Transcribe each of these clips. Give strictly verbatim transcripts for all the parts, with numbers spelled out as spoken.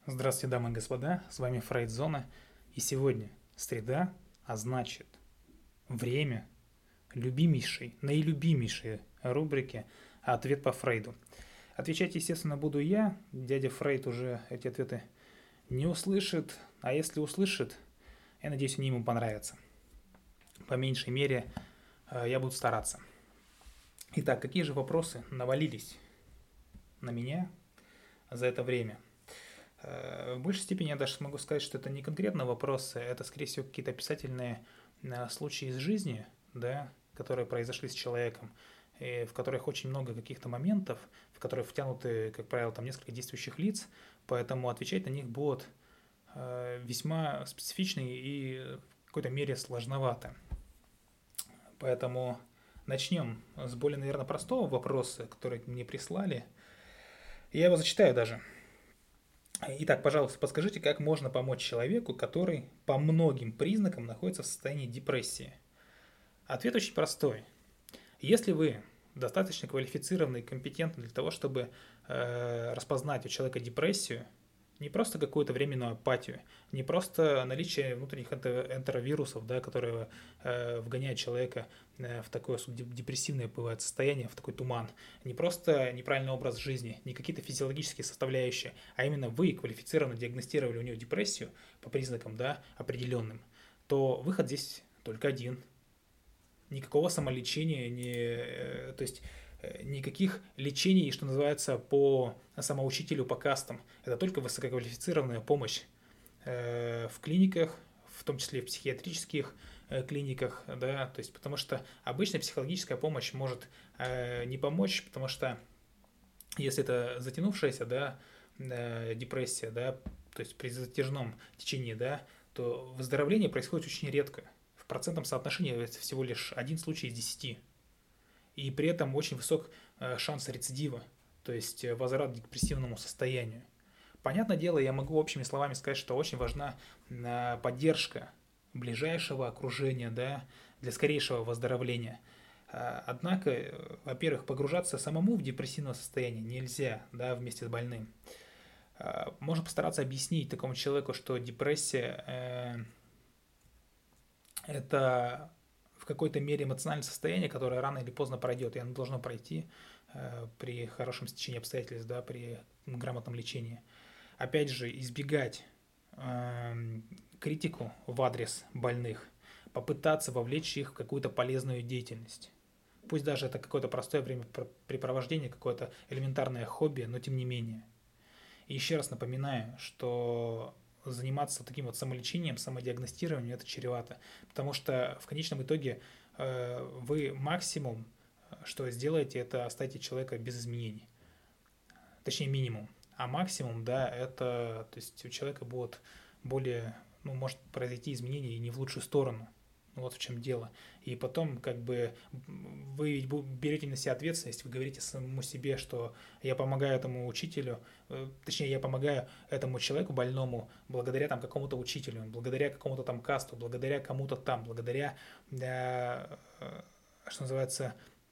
Здравствуйте, дамы и господа, с вами Фрейд-зона, и сегодня среда, а значит время любимейшей, наилюбимейшей рубрики «Ответ по Фрейду». Отвечать, естественно, буду я, дядя Фрейд уже эти ответы не услышит, а если услышит, я надеюсь, они ему понравятся. По меньшей мере, э, я буду стараться. Итак, какие же вопросы навалились на меня за это время? В большей степени я даже смогу сказать, что это не конкретно вопросы, это, скорее всего, какие-то описательные э, случаи из жизни, да, которые произошли с человеком, и в которых очень много каких-то моментов, в которых втянуты, как правило, там несколько действующих лиц, поэтому отвечать на них будет э, весьма специфично и в какой-то мере сложновато. Поэтому начнем с более, наверное, простого вопроса, который мне прислали. Я его зачитаю даже. Итак, пожалуйста, подскажите, как можно помочь человеку, который по многим признакам находится в состоянии депрессии? Ответ очень простой. Если вы достаточно квалифицированы и компетентны для того, чтобы э, распознать у человека депрессию, не просто какую-то временную апатию, не просто наличие внутренних энтеровирусов, да, которые э, вгоняют человека э, в такое депрессивное бывает состояние, в такой туман, не просто неправильный образ жизни, не какие-то физиологические составляющие, а именно вы квалифицированно диагностировали у него депрессию по признакам, да, определенным, то выход здесь только один. Никакого самолечения, не, э, то есть никаких лечений, что называется, по самоучителю, по кастам. Это только высококвалифицированная помощь в клиниках, в том числе в психиатрических клиниках, да, то есть потому что обычная психологическая помощь может не помочь, потому что если это затянувшаяся, да, депрессия, да, то есть при затяжном течении, да, то выздоровление происходит очень редко. В процентном соотношении это всего лишь один случай из десяти. И при этом очень высок шанс рецидива, то есть возврат к депрессивному состоянию. Понятное дело, я могу общими словами сказать, что очень важна поддержка ближайшего окружения, да, для скорейшего выздоровления. Однако, во-первых, погружаться самому в депрессивное состояние нельзя, да, вместе с больным. Можно постараться объяснить такому человеку, что депрессия э, это в какой-то мере эмоциональное состояние, которое рано или поздно пройдет, и оно должно пройти э, при хорошем стечении обстоятельств, да, при грамотном лечении. Опять же, избегать э, критику в адрес больных, попытаться вовлечь их в какую-то полезную деятельность. Пусть даже это какое-то простое времяпрепровождение, какое-то элементарное хобби, но тем не менее. И еще раз напоминаю, что заниматься таким вот самолечением, самодиагностированием, это чревато. Потому что в конечном итоге э, вы максимум, что сделаете, это оставите человека без изменений. Точнее, минимум. А максимум, да, это, то есть у человека будет более, ну, может произойти изменения и не в лучшую сторону. Вот в чем дело. И потом, как бы, вы ведь берете на себя ответственность, вы говорите самому себе, что я помогаю этому учителю, точнее, я помогаю этому человеку больному благодаря там какому-то учителю, благодаря какому-то там касту, благодаря кому-то там, благодаря, э, что называется,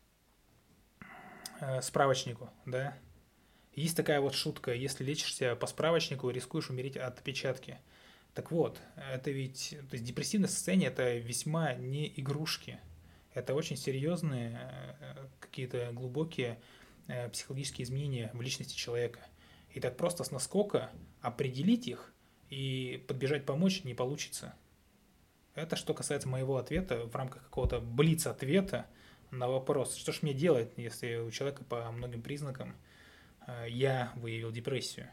э, справочнику, да. Есть такая вот шутка, если лечишься по справочнику, рискуешь умереть от опечатки. Так вот, это ведь, то есть депрессивное состояние это весьма не игрушки. Это очень серьезные, какие-то глубокие психологические изменения в личности человека. И так просто с наскока определить их и подбежать помочь не получится. Это что касается моего ответа в рамках какого-то блиц-ответа на вопрос, что ж мне делать, если у человека по многим признакам я выявил депрессию.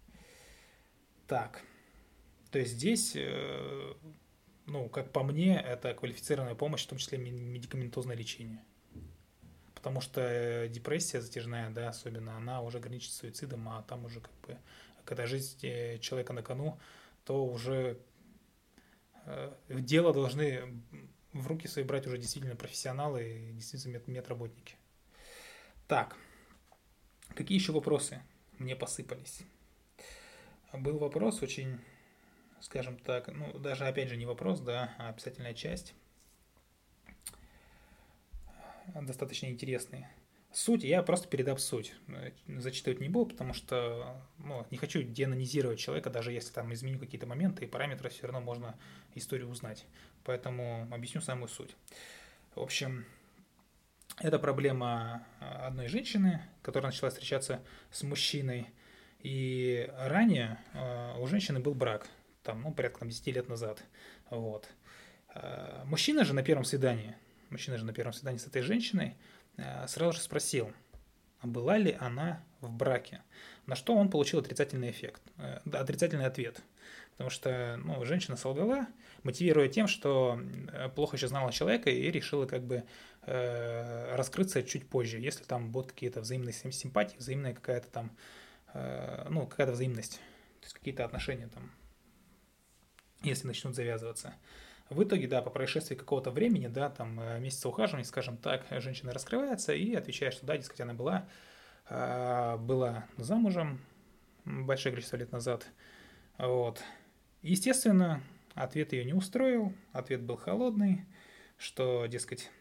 Так, то есть здесь, ну, как по мне, это квалифицированная помощь, в том числе медикаментозное лечение. Потому что депрессия затяжная, да, особенно, она уже граничит с суицидом, а там уже как бы, когда жизнь человека на кону, то уже в дело должны в руки свои брать уже действительно профессионалы и действительно медработники. Так, какие еще вопросы мне посыпались? Был вопрос очень, скажем так, ну, даже опять же не вопрос, да, а описательная часть. Достаточно интересный. Суть, я просто передам суть. Э, Зачитывать не буду, потому что ну, не хочу денонизировать человека, даже если там изменю какие-то моменты и параметры, все равно можно историю узнать. Поэтому объясню самую суть. В общем, это проблема а, одной женщины, которая начала встречаться с мужчиной. И ранее э, у женщины был брак, там, ну, порядка там, десять лет назад. Вот. Э, Мужчина же на первом свидании, мужчина же на первом свидании с этой женщиной э, сразу же спросил, а была ли она в браке. На что он получил отрицательный эффект, э, отрицательный ответ. Потому что ну, женщина солгала, мотивируя тем, что плохо еще знала человека и решила как бы э, раскрыться чуть позже, если там будут какие-то взаимные симпатии, взаимная какая-то там, э, ну, какая-то взаимность, то есть какие-то отношения там, если начнут завязываться. В итоге, да, по происшествии какого-то времени, да, там месяца ухаживания, скажем так, женщина раскрывается и отвечает, что да, дескать, она была, э, была замужем большое количество лет назад. Вот. Естественно, ответ ее не устроил, ответ был холодный, что, дескать,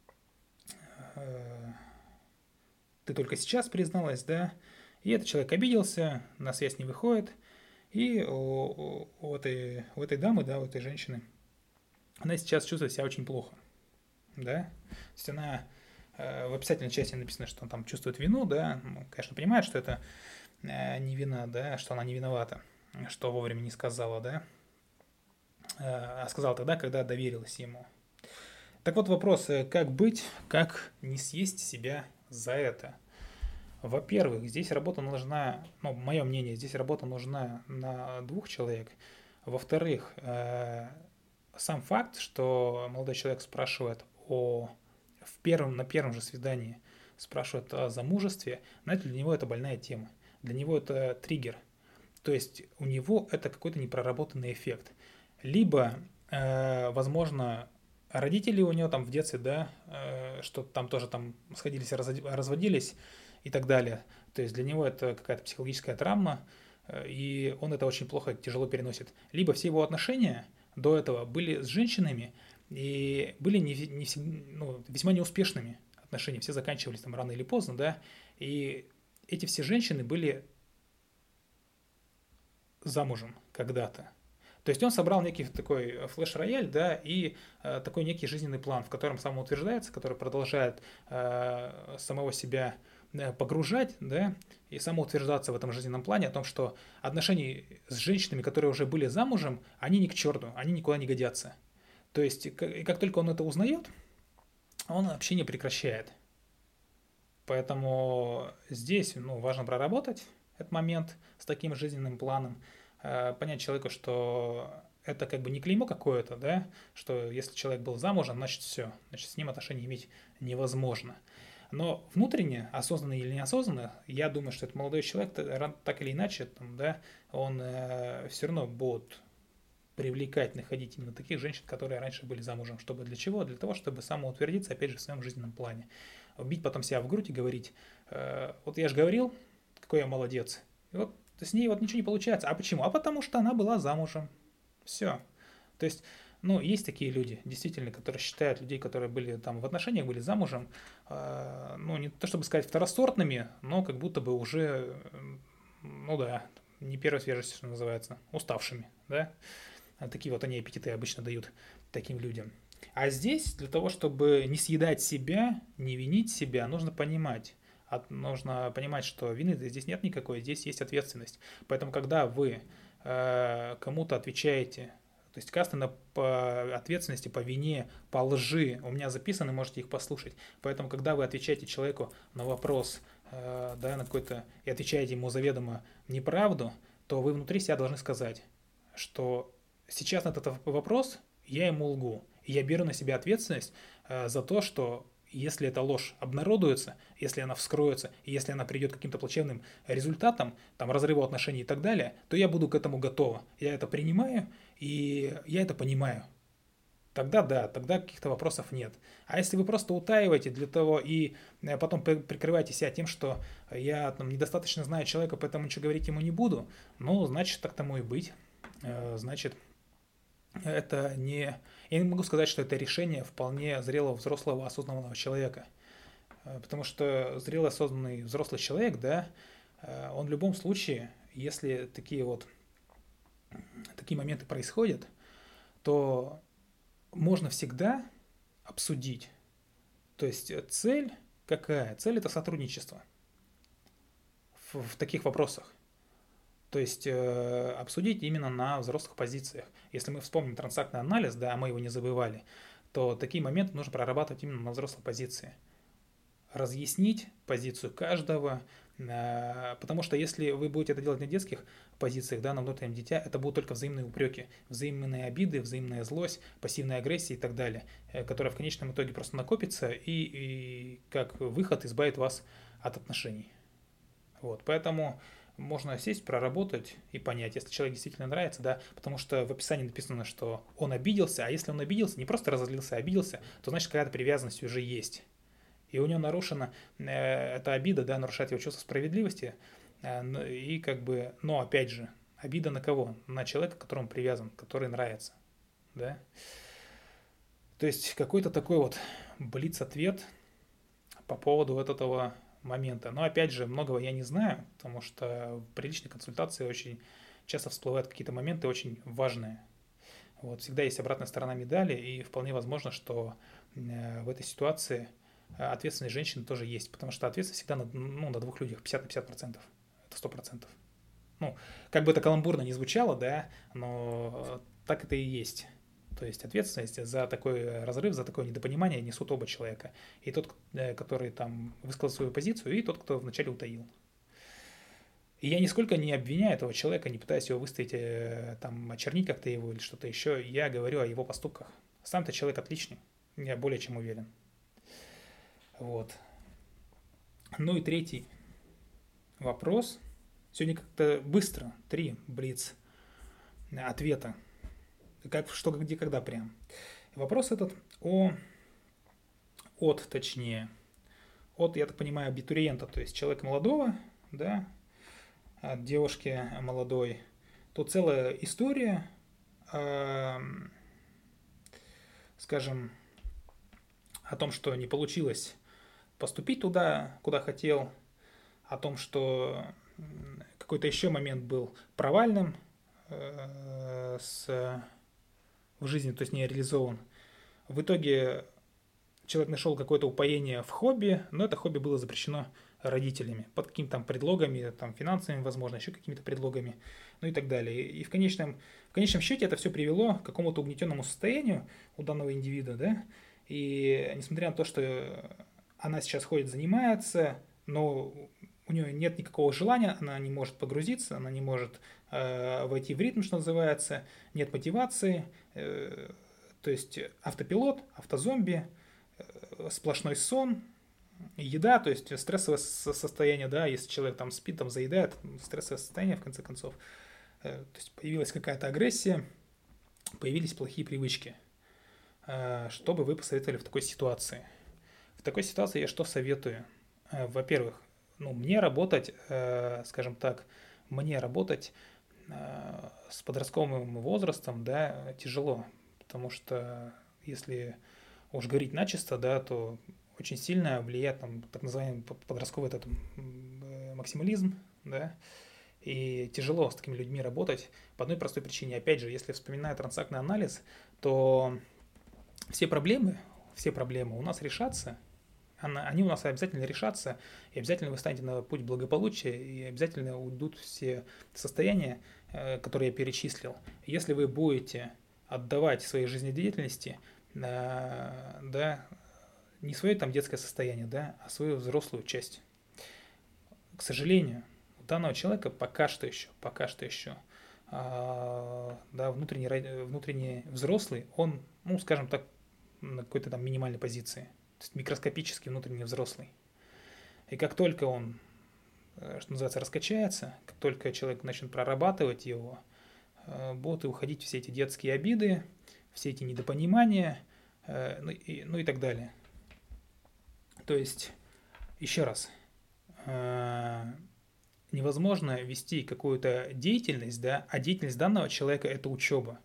э, ты только сейчас призналась, да, и этот человек обиделся, на связь не выходит, и у, у, этой, у этой дамы, да, у этой женщины, она сейчас чувствует себя очень плохо, да, то есть она э, в описательной части написано, что он там чувствует вину, да, ну, конечно, понимает, что это э, не вина, да, что она не виновата, что вовремя не сказала, да, а сказала тогда, когда доверилась ему. Так вот вопрос, как быть, как не съесть себя за это? Во-первых, здесь работа нужна, ну, мое мнение, здесь работа нужна на двух человек. Во-вторых, сам факт, что молодой человек спрашивает о, в первом, на первом же свидании, спрашивает о замужестве, знаете, для него это больная тема. Для него это триггер. То есть у него это какой-то непроработанный эффект. Либо, э, возможно, родители у него там в детстве, да, э, что там тоже там сходились, разводились и так далее. То есть для него это какая-то психологическая травма, э, и он это очень плохо, тяжело переносит. Либо все его отношения до этого были с женщинами и были не, не, ну, весьма неуспешными отношения. Все заканчивались там рано или поздно, да, и эти все женщины были замужем когда-то. То есть он собрал некий такой флеш-рояль, да, и э, такой некий жизненный план, в котором самоутверждается, который продолжает э, самого себя э, погружать, да, и самоутверждаться в этом жизненном плане о том, что отношения с женщинами, которые уже были замужем, они ни к черту, они никуда не годятся. То есть, как, и как только он это узнает, он общение прекращает. Поэтому здесь ну, важно проработать этот момент с таким жизненным планом, понять человеку, что это как бы не клеймо какое-то, да, что если человек был замужем, значит все, значит с ним отношения иметь невозможно. Но внутренне, осознанно или неосознанно, я думаю, что этот молодой человек так или иначе, там, да, он э, все равно будет привлекать, находить именно таких женщин, которые раньше были замужем. Чтобы для чего? Для того, чтобы самоутвердиться, опять же, в своем жизненном плане. Бить потом себя в грудь и говорить, э, вот я же говорил, какой я молодец. И вот с ней вот ничего не получается. А почему? А потому что она была замужем. Все. То есть, ну, есть такие люди, действительно, которые считают людей, которые были там в отношениях, были замужем, э, ну, не то чтобы сказать второсортными, но как будто бы уже, ну да, не первой свежести, что называется, уставшими, да. Такие вот они аппетиты обычно дают таким людям. А здесь для того, чтобы не съедать себя, не винить себя, нужно понимать, от, нужно понимать, что вины здесь нет никакой, здесь есть ответственность. Поэтому, когда вы э, кому-то отвечаете, то есть касты по ответственности, по вине, по лжи, у меня записаны, можете их послушать. Поэтому, когда вы отвечаете человеку на вопрос, э, да, на какой-то, и отвечаете ему заведомо неправду, то вы внутри себя должны сказать, что сейчас на этот вопрос я ему лгу. И я беру на себя ответственность э, за то, что если эта ложь обнародуется, если она вскроется, и если она придет к каким-то плачевным результатам, там, разрыву отношений и так далее, то я буду к этому готова. Я это принимаю, и я это понимаю. Тогда да, тогда каких-то вопросов нет. А если вы просто утаиваете для того и потом прикрываете себя тем, что я там, недостаточно знаю человека, поэтому ничего говорить ему не буду, ну, значит, так тому и быть. Значит, это не... Я не могу сказать, что это решение вполне зрелого, взрослого, осознанного человека. Потому что зрелый, осознанный, взрослый человек, да, он в любом случае, если такие вот такие моменты происходят, то можно всегда обсудить. То есть цель какая? Цель это сотрудничество в, в таких вопросах. То есть э, обсудить именно на взрослых позициях. Если мы вспомним трансактный анализ, да, а мы его не забывали, то такие моменты нужно прорабатывать именно на взрослой позиции. Разъяснить позицию каждого, э, потому что если вы будете это делать на детских позициях, да, на внутреннем дитя, это будут только взаимные упреки, взаимные обиды, взаимная злость, пассивная агрессия и так далее, э, которая в конечном итоге просто накопится и, и как выход избавит вас от отношений. Вот, поэтому можно сесть, проработать и понять, если человек действительно нравится, да, потому что в описании написано, что он обиделся, а если он обиделся, не просто разозлился, а обиделся, то значит какая-то привязанность уже есть. И у него нарушена э, эта обида, да, нарушает его чувство справедливости, э, и как бы, но опять же, обида на кого? На человека, к которому привязан, который нравится, да. То есть какой-то такой вот блиц-ответ по поводу вот этого момента. Но опять же, многого я не знаю, потому что в приличной консультации очень часто всплывают какие-то моменты очень важные. Вот, всегда есть обратная сторона медали, и вполне возможно, что э, в этой ситуации ответственность женщины тоже есть, потому что ответственность всегда на, ну, на двух людях, пятьдесят на пятьдесят процентов. Это сто процентов. Ну, как бы это каламбурно не звучало, да, но так это и есть. То есть ответственность за такой разрыв, за такое недопонимание несут оба человека. И тот, который там высказал свою позицию, и тот, кто вначале утаил. И я нисколько не обвиняю этого человека, не пытаюсь его выставить, там, очернить как-то его или что-то еще. Я говорю о его поступках. Сам-то человек отличный, я более чем уверен. Вот. Ну и третий вопрос. Сегодня как-то быстро, три блиц ответа. Как, что, где, когда прям. Вопрос этот о, от, точнее, от, я так понимаю, абитуриента, то есть человека молодого, да, от девушки молодой. Тут целая история, э, скажем, о том, что не получилось поступить туда, куда хотел, о том, что какой-то еще момент был провальным э, с... в жизни, то есть не реализован. В итоге человек нашел какое-то упоение в хобби, но это хобби было запрещено родителями под какими-то там предлогами, там финансовыми, возможно, еще какими-то предлогами, ну и так далее. И в конечном, в конечном счете это все привело к какому-то угнетенному состоянию у данного индивида, да, и несмотря на то, что она сейчас ходит, занимается, но у нее нет никакого желания, она не может погрузиться, она не может э, войти в ритм, что называется, нет мотивации, э, то есть автопилот, автозомби, э, сплошной сон, еда, то есть стрессовое состояние, да, если человек там спит, там заедает, стрессовое состояние в конце концов, э, то есть появилась какая-то агрессия, появились плохие привычки. Э, что бы вы посоветовали в такой ситуации? В такой ситуации я что советую? Э, во-первых, ну, мне работать, э, скажем так, мне работать э, с подростковым возрастом, да, тяжело, потому что если уж говорить начисто, да, то очень сильно влияет там так называемый подростковый этот максимализм, да, и тяжело с такими людьми работать по одной простой причине. Опять же, если вспоминаю трансактный анализ, то все проблемы, все проблемы у нас решатся, они у нас обязательно решатся, и обязательно вы станете на путь благополучия, и обязательно уйдут все состояния, которые я перечислил. Если вы будете отдавать своей жизнедеятельности, да, не свое там детское состояние, да, а свою взрослую часть. К сожалению, у данного человека пока что еще, пока что еще, да, внутренний, внутренний взрослый, он, ну, скажем так, на какой-то там минимальной позиции. То есть микроскопический внутренний взрослый. И как только он, что называется, раскачается, как только человек начнет прорабатывать его, будут и уходить все эти детские обиды, все эти недопонимания, ну и, ну и так далее. То есть, еще раз, невозможно вести какую-то деятельность, да, а деятельность данного человека – это учеба.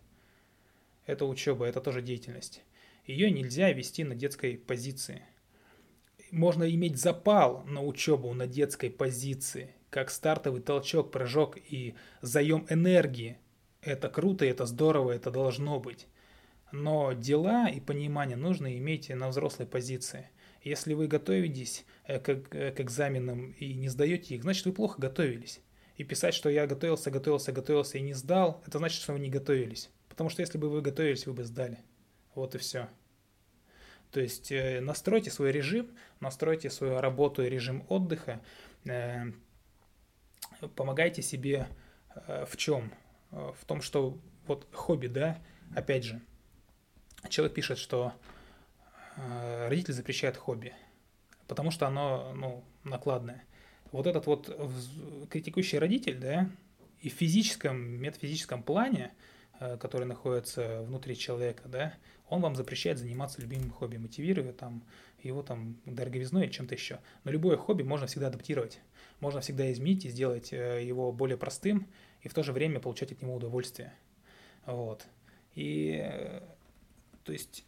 Это учеба, это тоже деятельность. Ее нельзя вести на детской позиции. Можно иметь запал на учебу на детской позиции, как стартовый толчок, прыжок и заем энергии. Это круто, это здорово, это должно быть. Но дела и понимание нужно иметь на взрослой позиции. Если вы готовитесь э, к, э, к экзаменам и не сдаете их, значит вы плохо готовились. И писать, что я готовился, готовился, готовился и не сдал, это значит, что вы не готовились. Потому что если бы вы готовились, вы бы сдали. Вот и все. То есть э, настройте свой режим, настройте свою работу и режим отдыха, э, помогайте себе э, в чем? Э, в том, что вот хобби, да, опять же, человек пишет, что э, родители запрещают хобби, потому что оно, ну, накладное. Вот этот вот вз- критикующий родитель, да, и в физическом, метафизическом плане, э, который находится внутри человека, да, он вам запрещает заниматься любимым хобби, мотивируя там его там дороговизной или чем-то еще. Но любое хобби можно всегда адаптировать, можно всегда изменить и сделать э, его более простым и в то же время получать от него удовольствие. Вот. И э, то есть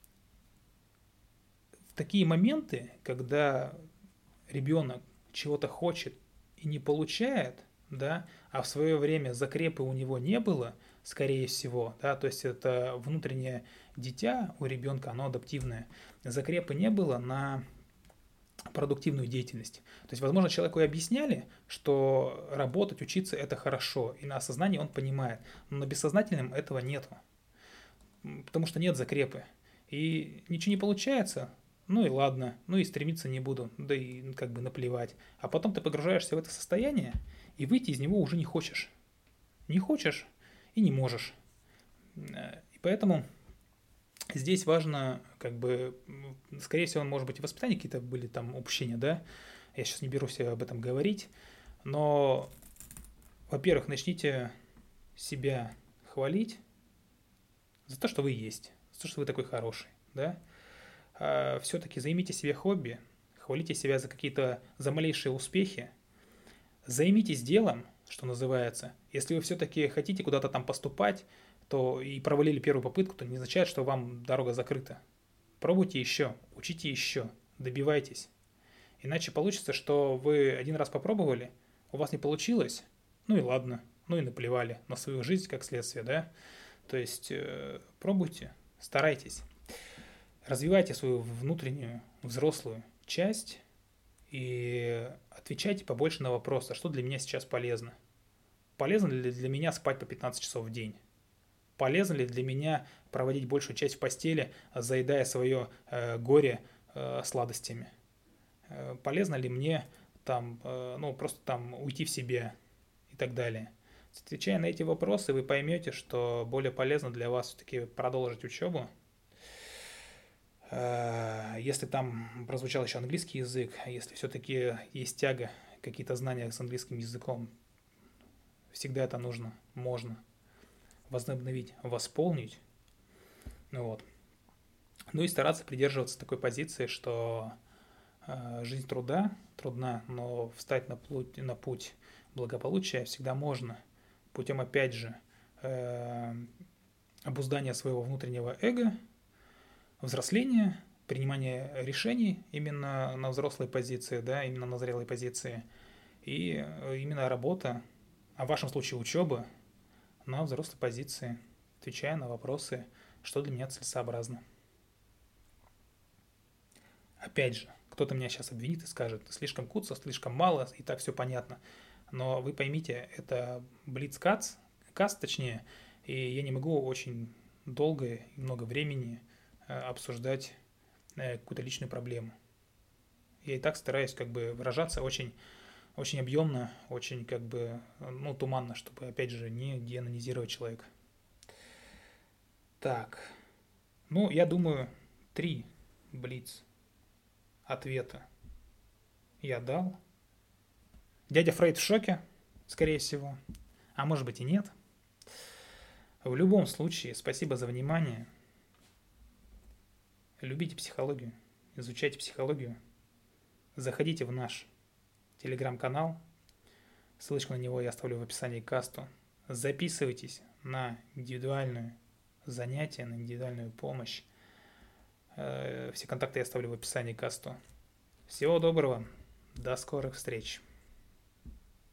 в такие моменты, когда ребенок чего-то хочет и не получает, да, а в свое время закрепы у него не было, скорее всего, да, то есть это внутреннее дитя у ребенка, оно адаптивное, закрепы не было на продуктивную деятельность. То есть, возможно, человеку и объясняли, что работать, учиться – это хорошо, и на осознании он понимает, но на бессознательном этого нету, потому что нет закрепы. И ничего не получается, ну и ладно, ну и стремиться не буду, да и как бы наплевать. А потом ты погружаешься в это состояние, и выйти из него уже не хочешь. Не хочешь и не можешь. И поэтому здесь важно, как бы, скорее всего, может быть, и воспитание какие-то были там упущения, да, я сейчас не берусь об этом говорить, но, во-первых, начните себя хвалить за то, что вы есть, за то, что вы такой хороший, да, а все-таки займите себе хобби, хвалите себя за какие-то, за малейшие успехи, займитесь делом, что называется. Если вы все-таки хотите куда-то там поступать, то и провалили первую попытку, то не означает, что вам дорога закрыта. Пробуйте еще, учите еще, добивайтесь. Иначе получится, что вы один раз попробовали, у вас не получилось, ну и ладно, ну и наплевали на свою жизнь как следствие, да? То есть э, пробуйте, старайтесь, развивайте свою внутреннюю взрослую часть и отвечайте побольше на вопросы, что для меня сейчас полезно. Полезно ли для меня спать по пятнадцать часов в день? Полезно ли для меня проводить большую часть в постели, заедая свое э, горе э, сладостями? Э, полезно ли мне там, э, ну, просто там уйти в себя и так далее? Отвечая на эти вопросы, вы поймете, что более полезно для вас все-таки продолжить учебу. Э, если там прозвучал еще английский язык, если все-таки есть тяга, какие-то знания с английским языком, всегда это нужно, можно возобновить, восполнить. Ну вот. Ну и стараться придерживаться такой позиции, что э, жизнь труда, трудна, но встать на путь, на путь благополучия всегда можно. Путем, опять же, э, обуздания своего внутреннего эго, взросления, принимания решений именно на взрослой позиции, да, именно на зрелой позиции, и именно работа, а в вашем случае учеба, на взрослой позиции, отвечая на вопросы, что для меня целесообразно. Опять же, кто-то меня сейчас обвинит и скажет, слишком куца, слишком мало, и так все понятно. Но вы поймите, это блиц-каст, каст точнее, и я не могу очень долго и много времени э, обсуждать э, какую-то личную проблему. Я и так стараюсь как бы выражаться очень, очень объемно, очень как бы, ну, туманно, чтобы, опять же, не деанонизировать человека. Так, ну, я думаю, три блиц ответа я дал. Дядя Фрейд в шоке, скорее всего, а может быть и нет. В любом случае, спасибо за внимание. Любите психологию, изучайте психологию. Заходите в наш телеграм-канал. Ссылочку на него я оставлю в описании к касту. Записывайтесь на индивидуальное занятие, на индивидуальную помощь. Все контакты я оставлю в описании к касту. Всего доброго. До скорых встреч.